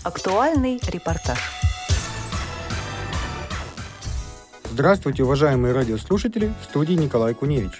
Актуальный репортаж. Здравствуйте, уважаемые радиослушатели, в студии Николай Куневич.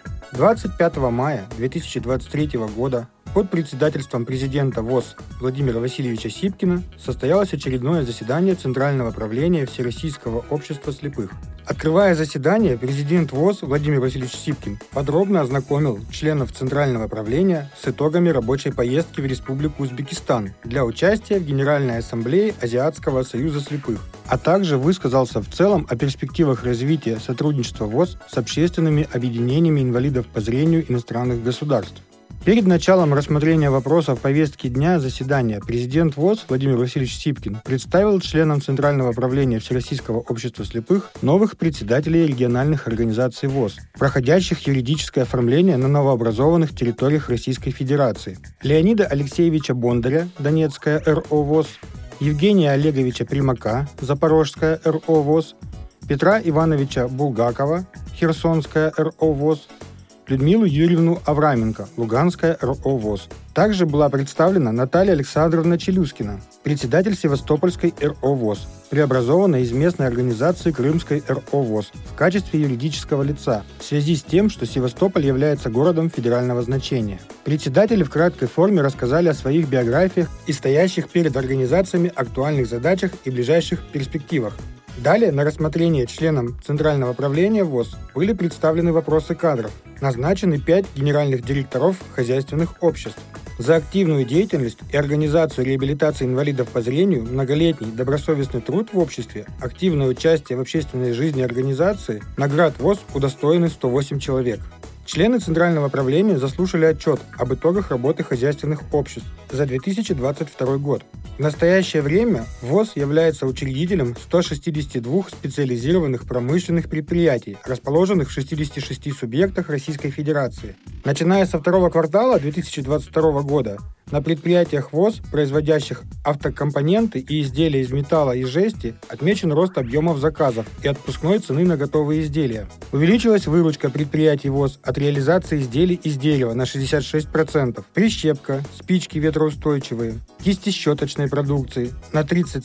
25 мая 2023 года под председательством президента ВОС Владимира Васильевича Сипкина состоялось очередное заседание Центрального правления Всероссийского общества слепых. Открывая заседание, президент ВОС Владимир Васильевич Сипкин подробно ознакомил членов Центрального правления с итогами рабочей поездки в Республику Узбекистан для участия в Генеральной ассамблее Азиатского союза слепых, а также высказался в целом о перспективах развития сотрудничества ВОС с общественными объединениями инвалидов по зрению иностранных государств. Перед началом рассмотрения вопросов повестки дня заседания президент ВОС Владимир Васильевич Сипкин представил членам Центрального правления Всероссийского общества слепых новых председателей региональных организаций ВОС, проходящих юридическое оформление на новообразованных территориях Российской Федерации: Леонида Алексеевича Бондаря, Донецкая РО ВОС, Евгения Олеговича Примака, Запорожская РО ВОС, Петра Ивановича Булгакова, Херсонская РО ВОС, Людмилу Юрьевну Авраменко, Луганская РО ВОС. Также была представлена Наталья Александровна Челюскина, председатель Севастопольской РО ВОС, преобразованная из местной организации Крымской РО ВОС в качестве юридического лица в связи с тем, что Севастополь является городом федерального значения. Председатели в краткой форме рассказали о своих биографиях и стоящих перед организациями актуальных задачах и ближайших перспективах. Далее на рассмотрение членам Центрального правления ВОС были представлены вопросы кадров. Назначены 5 генеральных директоров хозяйственных обществ. За активную деятельность и организацию реабилитации инвалидов по зрению, многолетний добросовестный труд в обществе, активное участие в общественной жизни организации, наград ВОС удостоены 108 человек. Члены Центрального правления заслушали отчет об итогах работы хозяйственных обществ за 2022 год. В настоящее время ВОС является учредителем 162 специализированных промышленных предприятий, расположенных в 66 субъектах Российской Федерации. Начиная со второго квартала 2022 года на предприятиях ВОС, производящих автокомпоненты и изделия из металла и жести, отмечен рост объемов заказов и отпускной цены на готовые изделия. Увеличилась выручка предприятий ВОС от реализации изделий из дерева на 66%, прищепка, спички ветроустойчивые, кисти щеточной продукции на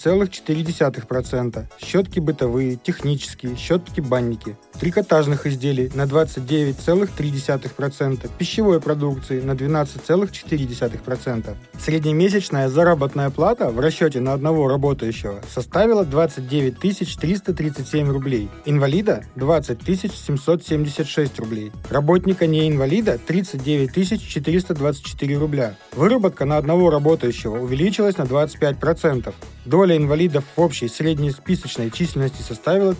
30,4%, щетки бытовые, технические, щетки-банники, трикотажных изделий на 29,3%, пищевой продукции на 12,4%. Среднемесячная заработная плата в расчете на одного работающего составила 29 337 рублей, инвалида – 20 776 рублей, работника неинвалида – 39 424 рубля. Выработка на одного работающего увеличилась на 25%. Доля инвалидов в общей среднесписочной численности составила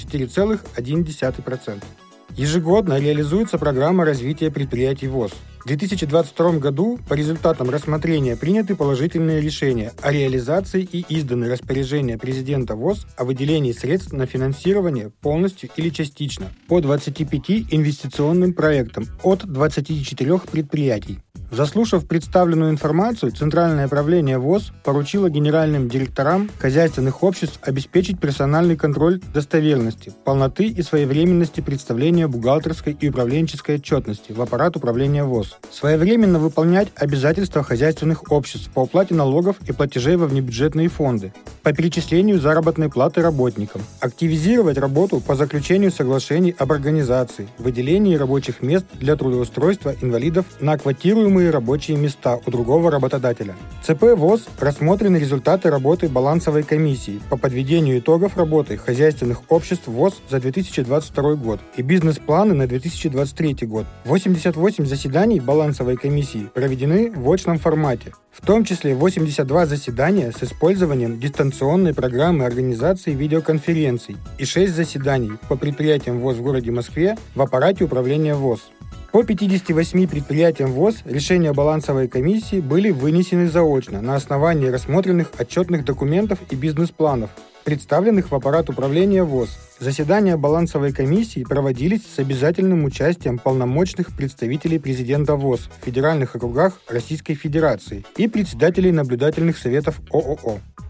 54,1%. Ежегодно реализуется программа развития предприятий ВОС. В 2022 году по результатам рассмотрения приняты положительные решения о реализации и изданы распоряжения президента ВОС о выделении средств на финансирование полностью или частично по 25 инвестиционным проектам от 24 предприятий. Заслушав представленную информацию, Центральное правление ВОС поручило генеральным директорам хозяйственных обществ обеспечить персональный контроль достоверности, полноты и своевременности представления бухгалтерской и управленческой отчетности в аппарат управления ВОС, своевременно выполнять обязательства хозяйственных обществ по уплате налогов и платежей во внебюджетные фонды, по перечислению заработной платы работникам, активизировать работу по заключению соглашений об организации, выделении рабочих мест для трудоустройства инвалидов на квотируемые рабочие места у другого работодателя. ЦП ВОС рассмотрены результаты работы балансовой комиссии по подведению итогов работы хозяйственных обществ ВОС за 2022 год и бизнес-планы на 2023 год. 88 заседаний балансовой комиссии проведены в очном формате, в том числе 82 заседания с использованием дистанционной программы организации видеоконференций и 6 заседаний по предприятиям ВОС в городе Москве в аппарате управления ВОС. По 58 предприятиям ВОС решения балансовой комиссии были вынесены заочно на основании рассмотренных отчетных документов и бизнес-планов, представленных в аппарат управления ВОС. Заседания балансовой комиссии проводились с обязательным участием полномочных представителей президента ВОС в федеральных округах Российской Федерации и председателей наблюдательных советов ООО,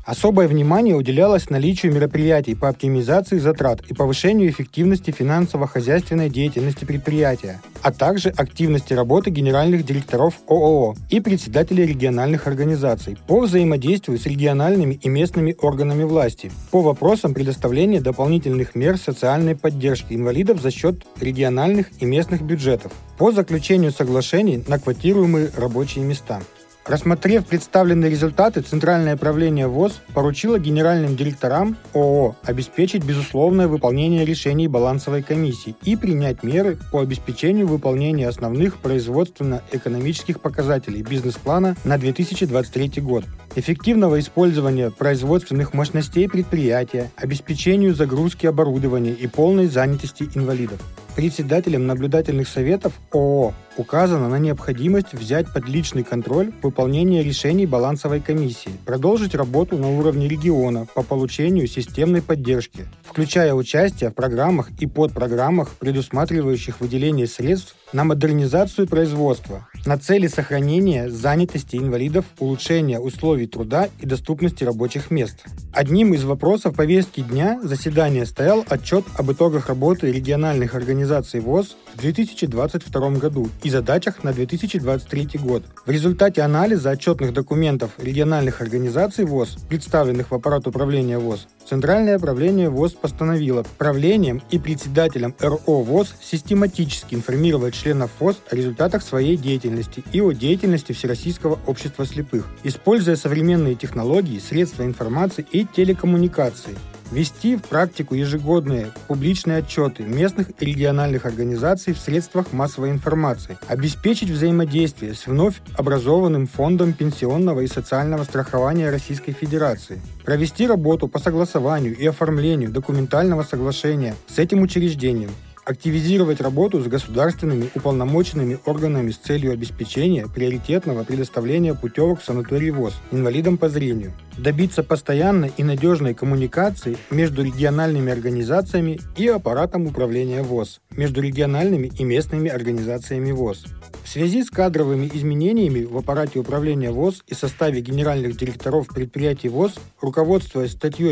Особое внимание уделялось наличию мероприятий по оптимизации затрат и повышению эффективности финансово-хозяйственной деятельности предприятия, а также активности работы генеральных директоров ООО и председателей региональных организаций по взаимодействию с региональными и местными органами власти по вопросам предоставления дополнительных мер социальной поддержки инвалидов за счет региональных и местных бюджетов, по заключению соглашений на квотируемые рабочие места. Рассмотрев представленные результаты, Центральное правление ВОС поручило генеральным директорам ООО обеспечить безусловное выполнение решений балансовой комиссии и принять меры по обеспечению выполнения основных производственно-экономических показателей бизнес-плана на 2023 год, эффективного использования производственных мощностей предприятия, обеспечению загрузки оборудования и полной занятости инвалидов. Председателям наблюдательных советов ООО указано на необходимость взять под личный контроль выполнение решений балансовой комиссии, продолжить работу на уровне региона по получению системной поддержки, включая участие в программах и подпрограммах, предусматривающих выделение средств на модернизацию производства, на цели сохранения занятости инвалидов, улучшения условий труда и доступности рабочих мест. Одним из вопросов повестки дня заседания стоял отчет об итогах работы региональных организаций ВОС в 2022 году и задачах на 2023 год. В результате анализа отчетных документов региональных организаций ВОС, представленных в аппарат управления ВОС, Центральное правление ВОС постановило правлением и председателям РО ВОС систематически информировать членов ВОС о результатах своей деятельности и о деятельности Всероссийского общества слепых, используя современные технологии, средства информации и телекоммуникации. Ввести в практику ежегодные публичные отчеты местных и региональных организаций в средствах массовой информации, обеспечить взаимодействие с вновь образованным Фондом пенсионного и социального страхования Российской Федерации, провести работу по согласованию и оформлению документального соглашения с этим учреждением, активизировать работу с государственными уполномоченными органами с целью обеспечения приоритетного предоставления путевок в санаторий ВОС инвалидам по зрению, добиться постоянной и надежной коммуникации между региональными организациями и аппаратом управления ВОС, между региональными и местными организациями ВОС. В связи с кадровыми изменениями в аппарате управления ВОС и составе генеральных директоров предприятий ВОС, руководствуясь статьей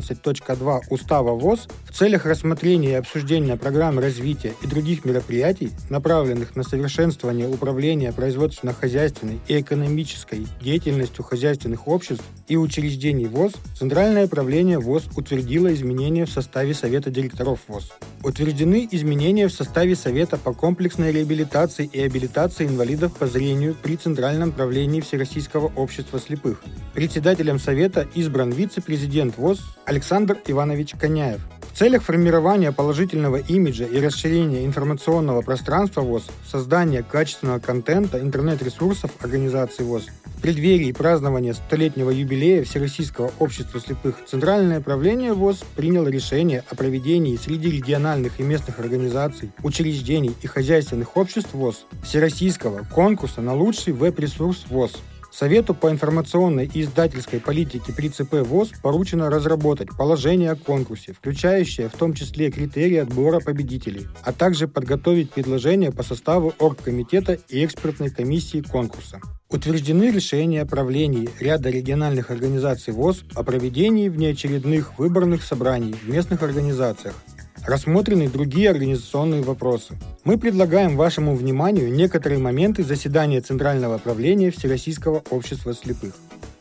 15.2 Устава ВОС, в целях рассмотрения и обсуждения программ развития и других мероприятий, направленных на совершенствование управления производственно-хозяйственной и экономической деятельностью хозяйственных обществ и учреждений ВОС, Центральное правление ВОС утвердило изменения в составе Совета директоров ВОС. Утверждены изменения в составе Совета по комплексной реабилитации и абилитации инвалидов по зрению при Центральном правлении Всероссийского общества слепых. Председателем Совета избран вице-президент ВОС Александр Иванович Коняев. В целях формирования положительного имиджа и расширения информационного пространства ВОС, создания качественного контента интернет-ресурсов организации ВОС, в преддверии празднования столетнего юбилея Всероссийского общества слепых, Центральное правление ВОС приняло решение о проведении среди региональных и местных организаций, учреждений и хозяйственных обществ ВОС всероссийского конкурса на лучший веб-ресурс ВОС. Совету по информационной и издательской политике при ЦП ВОС поручено разработать положение о конкурсе, включающее в том числе критерии отбора победителей, а также подготовить предложения по составу оргкомитета и экспертной комиссии конкурса. Утверждены решения правлений ряда региональных организаций ВОС о проведении внеочередных выборных собраний в местных организациях. Рассмотрены другие организационные вопросы. Мы предлагаем вашему вниманию некоторые моменты заседания Центрального правления Всероссийского общества слепых.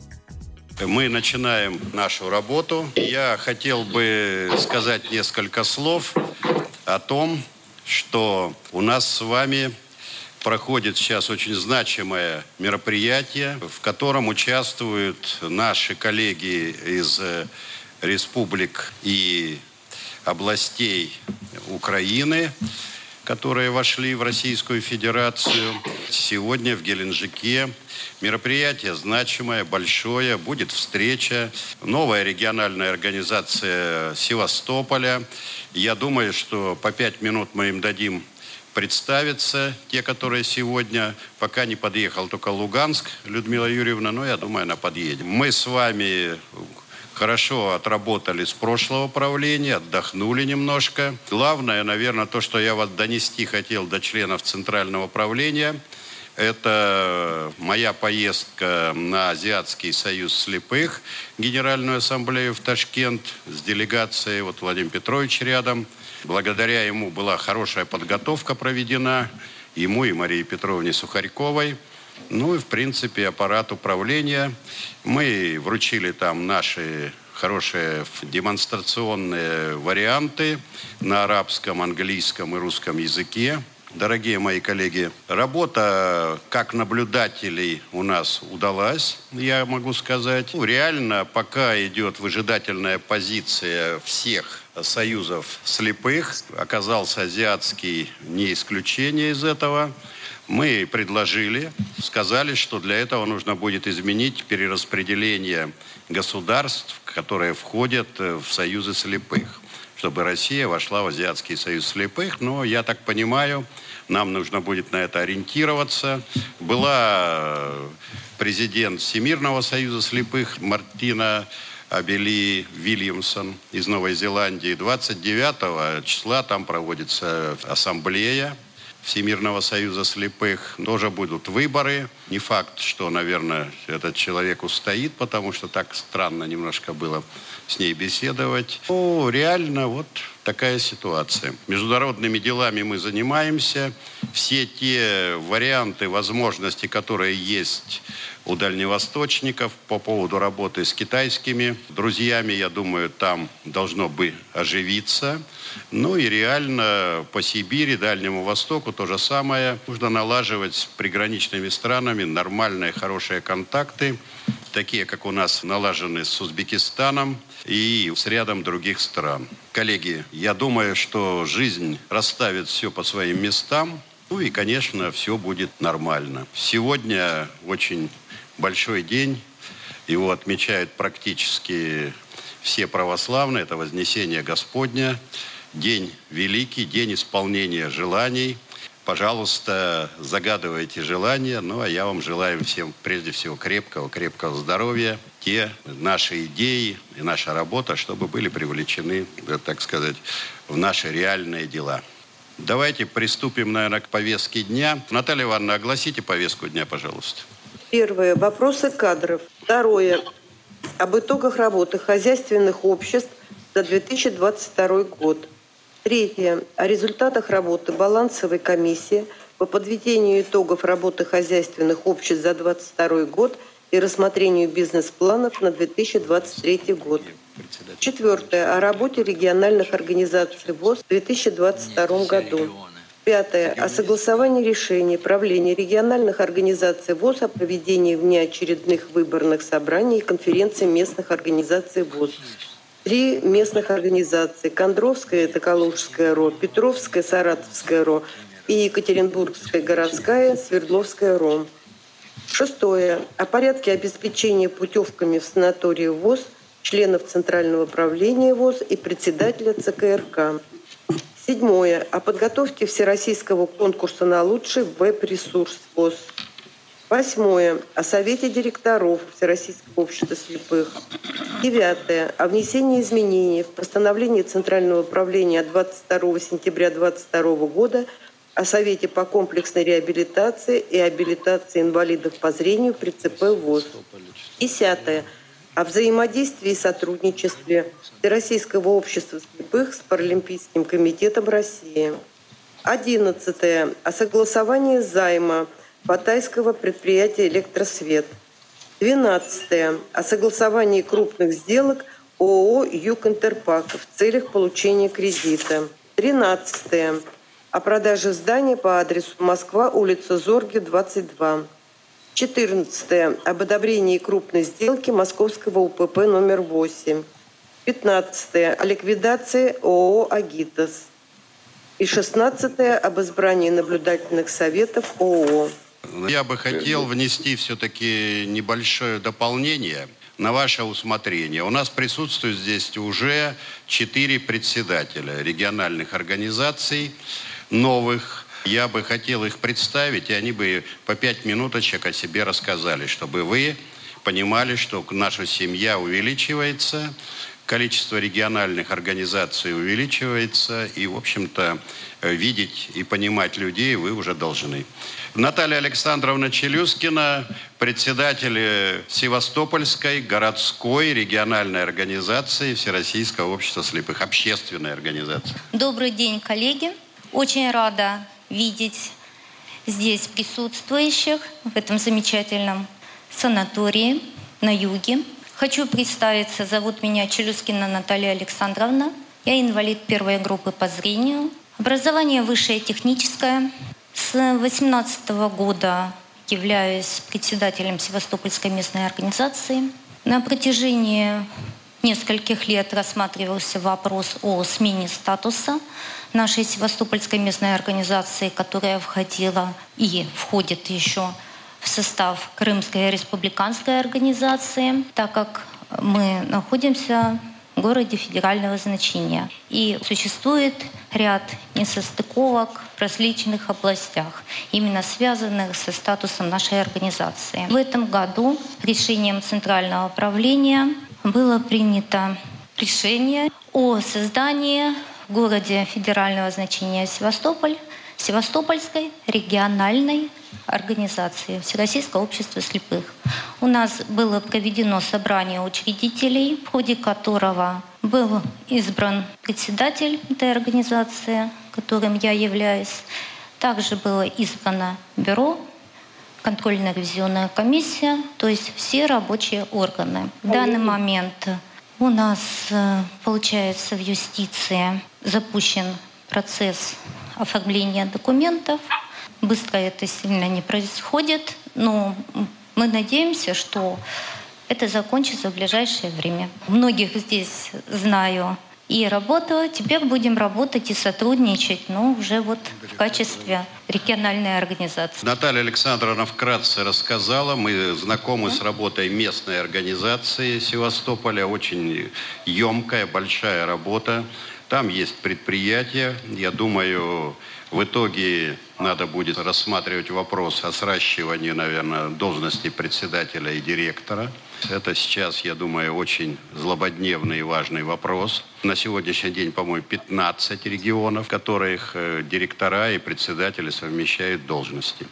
Мы начинаем нашу работу. Я хотел бы сказать несколько слов о том, что у нас с вами проходит сейчас очень значимое мероприятие, в котором участвуют наши коллеги из республик и областей Украины, которые вошли в Российскую Федерацию. Сегодня в Геленджике мероприятие значимое, большое. Будет встреча. Новая региональная организация Севастополя. Я думаю, что по 5 минут мы им дадим представиться, те, которые сегодня, пока не подъехал только Луганск, Людмила Юрьевна, но я думаю, она подъедет. Мы с вами хорошо отработали с прошлого правления, отдохнули немножко. Главное, наверное, то, что я вот донести хотел до членов Центрального правления, Это моя поездка на Азиатский союз слепых, Генеральную ассамблею в Ташкент с делегацией, вот Владимир Петрович рядом. Благодаря ему была хорошая подготовка проведена, ему и Марии Петровне Сухарьковой. Ну и, в принципе, аппарат управления. Мы вручили там наши хорошие демонстрационные варианты на арабском, английском и русском языке. Дорогие мои коллеги, работа как наблюдателей у нас удалась, я могу сказать. Реально пока идет выжидательная позиция всех союзов слепых. Оказался азиатский не исключение из этого. Мы предложили, сказали, что для этого нужно будет изменить перераспределение государств, которые входят в союзы слепых, чтобы Россия вошла в Азиатский союз слепых. Но, я так понимаю, нам нужно будет на это ориентироваться. Была президент Всемирного союза слепых Мартина Абели Вильямсон из Новой Зеландии. 29 числа там проводится ассамблея Всемирного союза слепых. Тоже будут выборы. Не факт, что, наверное, этот человек устоит, потому что так странно немножко было с ней беседовать. Ну, реально вот такая ситуация. Международными делами мы занимаемся. Все те варианты, возможности, которые есть у дальневосточников по поводу работы с китайскими друзьями, я думаю, там должно бы оживиться. Ну и реально по Сибири, Дальнему Востоку то же самое. Нужно налаживать с приграничными странами нормальные, хорошие контакты, такие, как у нас налажены с Узбекистаном и с рядом других стран. Коллеги, я думаю, что жизнь расставит все по своим местам. Ну и, конечно, все будет нормально. Сегодня очень большой день. Его отмечают практически все православные. Это Вознесение Господня. День великий, день исполнения желаний. Пожалуйста, загадывайте желания. Ну, а я вам желаю всем, прежде всего, крепкого здоровья. Те наши идеи и наша работа, чтобы были привлечены, так сказать, в наши реальные дела. Давайте приступим, наверное, к повестке дня. Наталья Ивановна, огласите повестку дня, пожалуйста. Первое. Вопросы кадров. Второе. Об итогах работы хозяйственных обществ за 2022 год. Третье. О результатах работы балансовой комиссии по подведению итогов работы хозяйственных обществ за 2022 год и рассмотрению бизнес-планов на 2023 год. Четвертое. О работе региональных организаций ВОС в 2022 году. Пятое. О согласовании решений правления региональных организаций ВОС о проведении внеочередных выборных собраний и конференций местных организаций ВОС. 3 местных организаций: Кондровская, это Калужская РО, Петровская, Саратовская РО и Екатеринбургская городская, Свердловская РО. Шестое. О порядке обеспечения путевками в санатории ВОС членов Центрального правления ВОС и председателя ЦКРК. Седьмое. О подготовке всероссийского конкурса на лучший веб-ресурс ВОС. Восьмое. О Совете директоров Всероссийского общества слепых. Девятое. О внесении изменений в постановление Центрального правления от 22 сентября 2022 года о Совете по комплексной реабилитации и абилитации инвалидов по зрению при ЦП ВОС. Десятое. О взаимодействии и сотрудничестве Всероссийского общества слепых с Паралимпийским комитетом России. 11. О согласовании займа Батайского предприятия «Электросвет». 12. О согласовании крупных сделок ООО «Юг Интерпак» в целях получения кредита. 13. О продаже здания по адресу Москва, улица Зорги, 22. 14. Об одобрении крупной сделки Московского УПП номер 8. 15. О ликвидации ООО «Агитас». И 16. Об избрании наблюдательных советов ООО. Я бы хотел внести все-таки небольшое дополнение на ваше усмотрение. У нас присутствует здесь уже 4 председателя региональных организаций новых. Я бы хотел их представить, и они бы по 5 минуточек о себе рассказали, чтобы вы понимали, что наша семья увеличивается. количество региональных организаций увеличивается, и, в общем-то, видеть и понимать людей вы уже должны. Наталья Александровна Челюскина, председатель Севастопольской городской региональной организации Всероссийского общества слепых, общественной организации. Добрый день, коллеги. Очень рада видеть здесь присутствующих в этом замечательном санатории на юге. Хочу представиться. Зовут меня Челюскина Наталья Александровна. Я инвалид первой группы по зрению. Образование высшее техническое. С 2018 года являюсь председателем Севастопольской местной организации. На протяжении нескольких лет рассматривался вопрос о смене статуса нашей Севастопольской местной организации, которая входила и входит еще в состав Крымской республиканской организации, так как мы находимся в городе федерального значения. И существует ряд несостыковок в различных областях, именно связанных со статусом нашей организации. В этом году решением Центрального правления было принято решение о создании в городе федерального значения Севастополь Севастопольской региональной организации Всероссийского общества слепых. У нас было проведено собрание учредителей, в ходе которого был избран председатель этой организации, которым я являюсь. Также было избрано бюро, контрольно-ревизионная комиссия, то есть все рабочие органы. В данный момент у нас, получается, в юстиции запущен процесс оформления документов. Быстро это сильно не происходит, но мы надеемся, что это закончится в ближайшее время. Многих здесь знаю и работаю. Теперь будем работать и сотрудничать, но уже вот в качестве региональной организации. Наталья Александровна вкратце рассказала. Мы знакомы с работой местной организации Севастополя. Очень емкая, большая работа. Там есть предприятия. Я думаю, в итоге надо будет рассматривать вопрос о сращивании, наверное, должности председателя и директора. Это сейчас, я думаю, очень злободневный и важный вопрос. На сегодняшний день, по-моему, 15 регионов, в которых директора и председатели совмещают должности.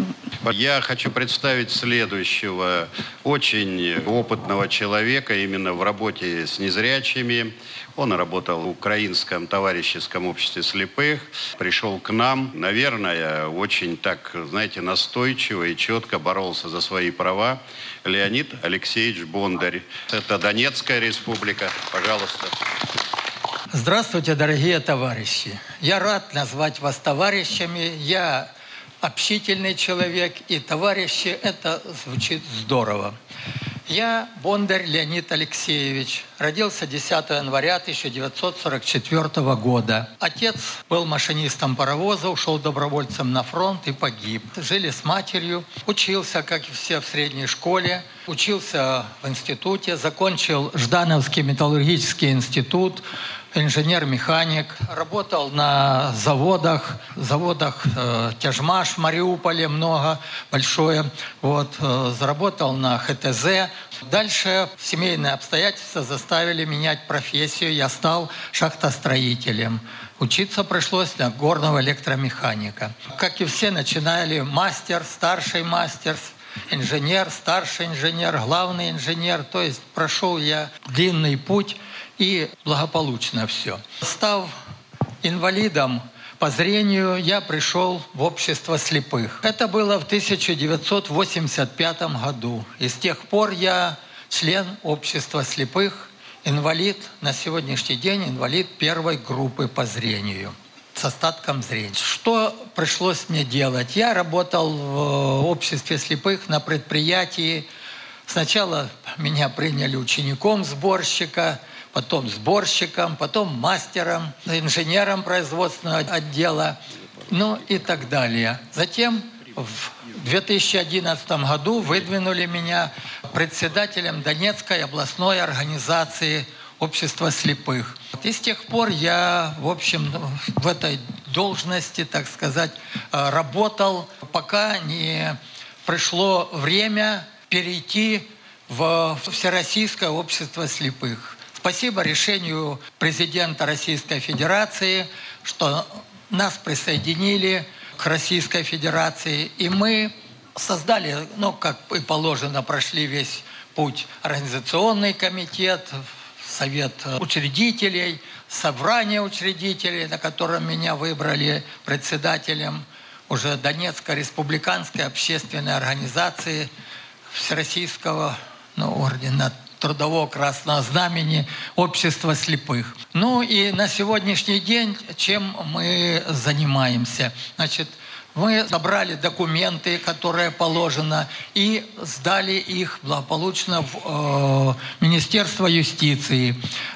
Я хочу представить следующего очень опытного человека именно в работе с незрячими. Он работал в Украинском товарищеском обществе слепых, пришел к нам, наверное, очень так, знаете, настойчиво и четко боролся за свои права. Леонид Алексеевич Бондарь. Это Донецкая республика. Пожалуйста. Здравствуйте, дорогие товарищи. Я рад назвать вас товарищами. Я общительный человек, и товарищи, это звучит здорово. Я Бондарь Леонид Алексеевич. Родился 10 января 1944 года. Отец был машинистом паровоза, ушел добровольцем на фронт и погиб. Жили с матерью. Учился, как и все, в средней школе. Учился в институте. Закончил Ждановский металлургический институт. Инженер-механик. Работал на заводах. Тяжмаш в Мариуполе много, большое. Заработал на ХТЗ. Дальше семейные обстоятельства заставили менять профессию. Я стал шахтостроителем. Учиться пришлось на горного электромеханика. Как и все, начинали мастер, старший мастер, инженер, старший инженер, главный инженер. То есть прошел я длинный путь и благополучно все. Став инвалидом по зрению, я пришел в общество слепых. Это было в 1985 году. И с тех пор я член общества слепых, инвалид, на сегодняшний день инвалид первой группы по зрению с остатком зрения. Что пришлось мне делать? Я работал в обществе слепых на предприятии. Сначала меня приняли учеником сборщика, потом сборщиком, потом мастером, инженером производственного отдела, и так далее. Затем в 2011 году выдвинули меня председателем Донецкой областной организации общества слепых. И с тех пор я, в этой должности, так сказать, работал, пока не пришло время перейти в Всероссийское общество слепых. Спасибо решению президента Российской Федерации, что нас присоединили к Российской Федерации. И мы создали, как и положено, прошли весь путь. Организационный комитет, совет учредителей, собрание учредителей, на котором меня выбрали председателем уже Донецкой республиканской общественной организации Всероссийского ордена Трудового Красного Знамени Общества слепых. И на сегодняшний день чем мы занимаемся? Мы собрали документы, которые положено, и сдали их благополучно в Министерство юстиции.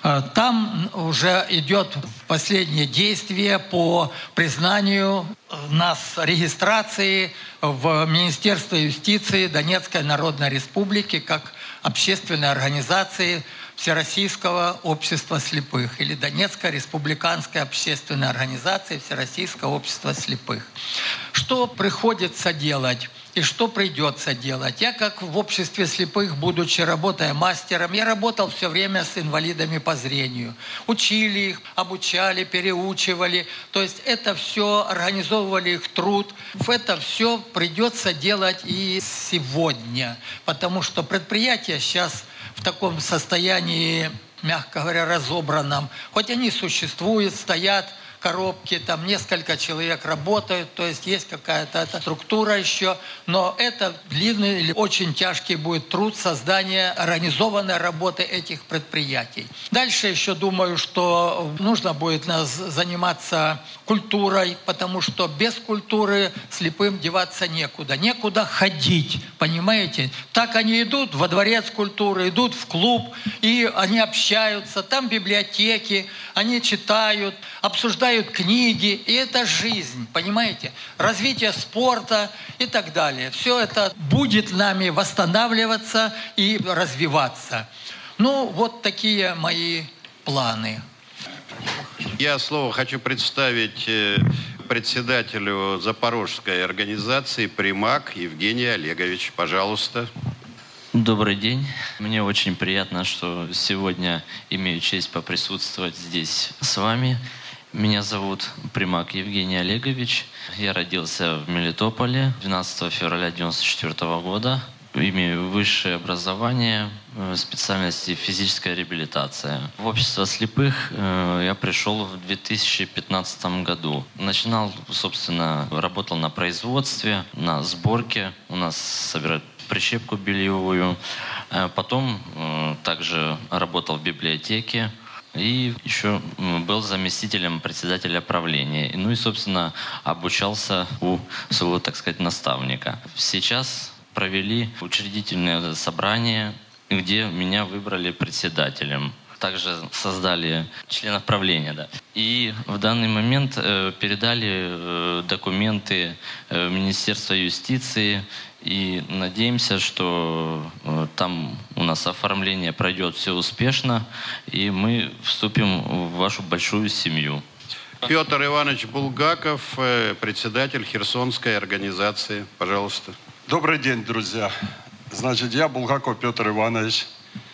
Там уже идет последнее действие по признанию нас регистрации в Министерство юстиции Донецкой Народной Республики как общественной организации Всероссийского общества слепых или Донецкая республиканская общественная организация Всероссийского общества слепых. Что приходится делать и что придется делать? Я как в обществе слепых, будучи работая мастером, я работал все время с инвалидами по зрению. Учили их, обучали, переучивали. То есть это все, организовывали их труд. Это все придется делать и сегодня. Потому что предприятия сейчас в таком состоянии, мягко говоря, разобранном. Хоть они существуют, стоят коробки, там несколько человек работают, то есть есть какая-то структура еще, но это длинный или очень тяжкий будет труд создания организованной работы этих предприятий. Дальше еще думаю, что нужно будет нас заниматься культурой, потому что без культуры слепым деваться некуда. Некуда ходить, понимаете? Так они идут во дворец культуры, идут в клуб, и они общаются, там библиотеки, они читают, обсуждают книги, и это жизнь, понимаете? Развитие спорта и так далее. Все это будет нами восстанавливаться и развиваться. Вот такие мои планы. Я слово хочу представить председателю Запорожской организации «Примак» Евгений Олегович. Пожалуйста. Добрый день. Мне очень приятно, что сегодня имею честь поприсутствовать здесь с вами. Меня зовут Примак Евгений Олегович. Я родился в Мелитополе 12 февраля 1994 года. Имею высшее образование в специальности физическая реабилитация. В общество слепых я пришел в 2015 году. Начинал, собственно, работал на производстве, на сборке. У нас собирают прищепку бельевую. Потом также работал в библиотеке. И еще был заместителем председателя правления. И, собственно, обучался у своего, так сказать, наставника. Сейчас провели учредительное собрание, где меня выбрали председателем. Также создали членов правления. Да. И в данный момент передали документы в Министерство юстиции. И надеемся, что там у нас оформление пройдет все успешно, и мы вступим в вашу большую семью. Петр Иванович Булгаков, председатель Херсонской организации. Пожалуйста. Добрый день, друзья. Я Булгаков Петр Иванович,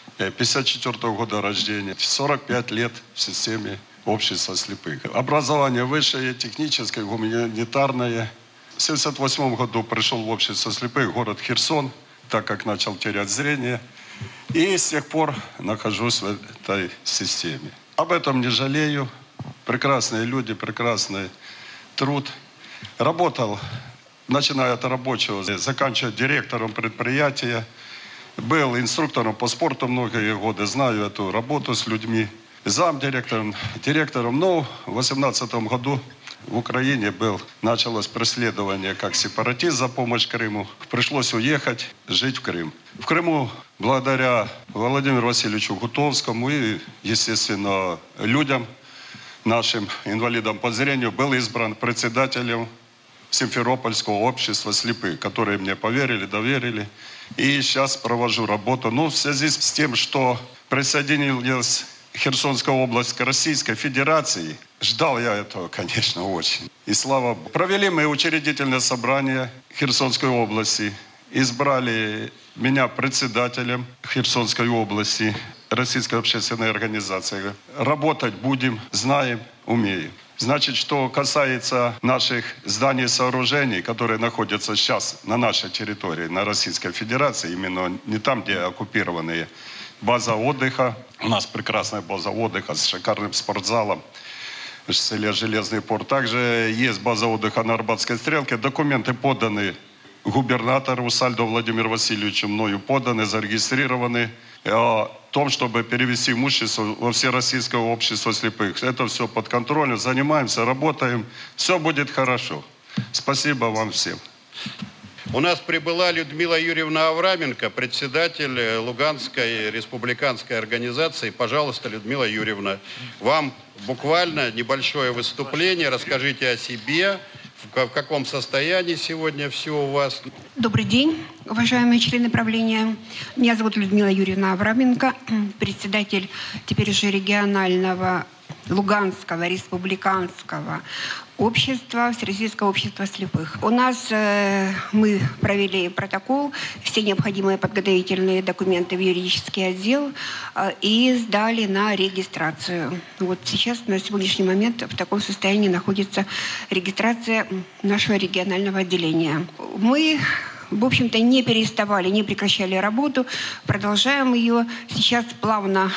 54-го года рождения, 45 лет в системе общества слепых. Образование высшее, техническое, гуманитарное. В 1978 году пришел в общество слепых, город Херсон, так как начал терять зрение. И с тех пор нахожусь в этой системе. Об этом не жалею. Прекрасные люди, прекрасный труд. Работал, начиная от рабочего, заканчивая директором предприятия. Был инструктором по спорту многие годы, знаю эту работу с людьми. Замдиректором, директором. Но в 2018 году в Украине началось преследование как сепаратист за помощь Крыму. Пришлось уехать, жить в Крым. В Крыму, благодаря Владимиру Васильевичу Гутовскому и, естественно, людям, нашим инвалидам по зрению, был избран председателем Симферопольского общества слепых, которые мне поверили, доверили. И сейчас провожу работу. В связи с тем, что присоединилась Херсонская область к Российской Федерации, ждал я этого, конечно, очень. И слава Богу. Провели мы учредительное собрание Херсонской области. Избрали меня председателем Херсонской области. российской общественной организации. Работать будем, знаем, умеем. Значит, что касается наших зданий и сооружений, которые находятся сейчас на нашей территории, на Российской Федерации, именно не там, где оккупированные база отдыха. У нас прекрасная база отдыха с шикарным спортзалом в селе Железный порт. Также есть база отдыха на Арбатской стрелке. Документы поданы губернатору Сальдо Владимиру Васильевичу, мною поданы, зарегистрированы. О том, чтобы перевести имущество во Всероссийское общество слепых. Это все под контролем. Занимаемся, работаем. Все будет хорошо. Спасибо вам всем. У нас прибыла Людмила Юрьевна Авраменко, председатель Луганской республиканской организации. Пожалуйста, Людмила Юрьевна, вам буквально небольшое выступление. Расскажите о себе, в каком состоянии сегодня все у вас. Добрый день, уважаемые члены правления. Меня зовут Людмила Юрьевна Авраменко, председатель теперь уже регионального Луганского республиканского общества, Всероссийского общества слепых. У нас мы провели протокол, все необходимые подготовительные документы в юридический отдел и сдали на регистрацию. Вот сейчас на сегодняшний момент в таком состоянии находится регистрация нашего регионального отделения. Мы, в общем-то, не переставали, не прекращали работу, продолжаем ее. Сейчас плавно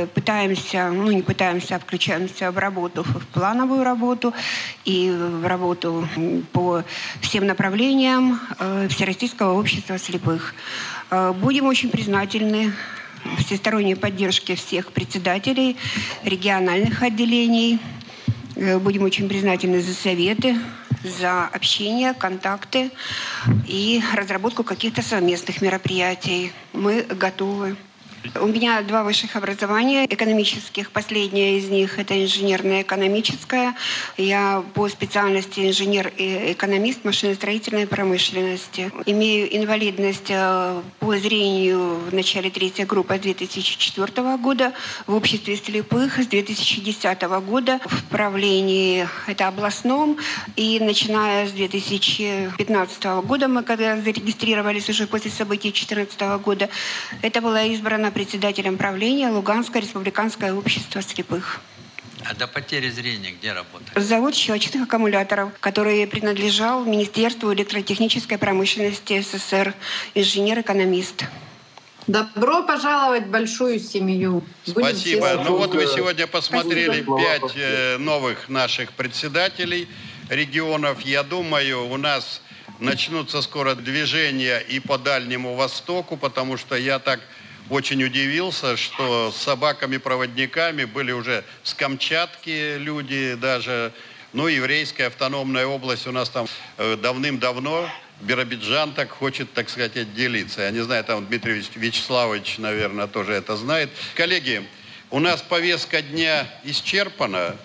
включаемся в работу, в плановую работу и в работу по всем направлениям Всероссийского общества слепых. Будем очень признательны всесторонней поддержке всех председателей региональных отделений. Будем очень признательны за советы, за общение, контакты и разработку каких-то совместных мероприятий. Мы готовы. У меня 2 высших образования экономических. Последнее из них – это инженерно-экономическое. Я по специальности инженер-экономист машиностроительной промышленности. Имею инвалидность по зрению в начале 3-й группы с 2004 года, в обществе слепых с 2010 года, в правлении это областном. И начиная с 2015 года, мы когда зарегистрировались уже после событий 2014 года, это была избрана председателем правления Луганское республиканское общество слепых. А до потери зрения где работали? Завод щелочных аккумуляторов, который принадлежал Министерству электротехнической промышленности СССР, инженер-экономист. Добро пожаловать в большую семью. Спасибо. Ну вот вы сегодня посмотрели 5 новых наших председателей регионов. Я думаю, у нас начнутся скоро движения и по Дальнему Востоку, потому что я так очень удивился, что с собаками-проводниками были уже с Камчатки люди даже. Ну, еврейская автономная область у нас там давным-давно. Биробиджан так хочет, так сказать, отделиться. Я не знаю, там Дмитрий Вячеславович, наверное, тоже это знает. Коллеги, у нас повестка дня исчерпана.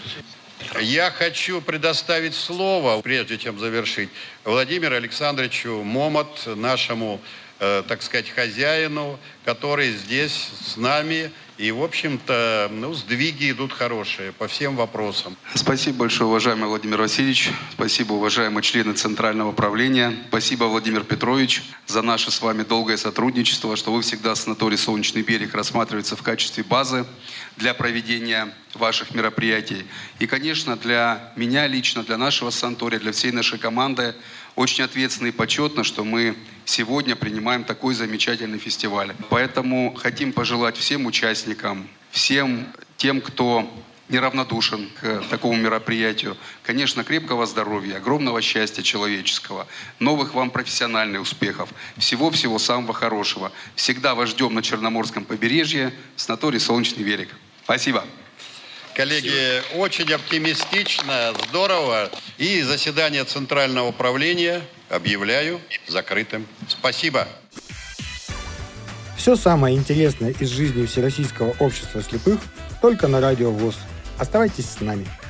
Я хочу предоставить слово, прежде чем завершить, Владимиру Александровичу Момот, нашему, так сказать, хозяину, который здесь с нами. И, в общем-то, сдвиги идут хорошие по всем вопросам. Спасибо большое, уважаемый Владимир Васильевич. Спасибо, уважаемые члены Центрального правления. Спасибо, Владимир Петрович, за наше с вами долгое сотрудничество, что вы всегда санаторий «Солнечный берег» рассматривается в качестве базы для проведения ваших мероприятий. И, конечно, для меня лично, для нашего санатория, для всей нашей команды очень ответственно и почетно, что мы сегодня принимаем такой замечательный фестиваль. Поэтому хотим пожелать всем участникам, всем тем, кто неравнодушен к такому мероприятию, конечно, крепкого здоровья, огромного счастья человеческого, новых вам профессиональных успехов, всего-всего самого хорошего. Всегда вас ждем на Черноморском побережье, в санатории «Солнечный берег». Спасибо. Коллеги, очень оптимистично, здорово. И заседание Центрального правления объявляю закрытым. Спасибо. Все самое интересное из жизни Всероссийского общества слепых только на Радио ВОС. Оставайтесь с нами.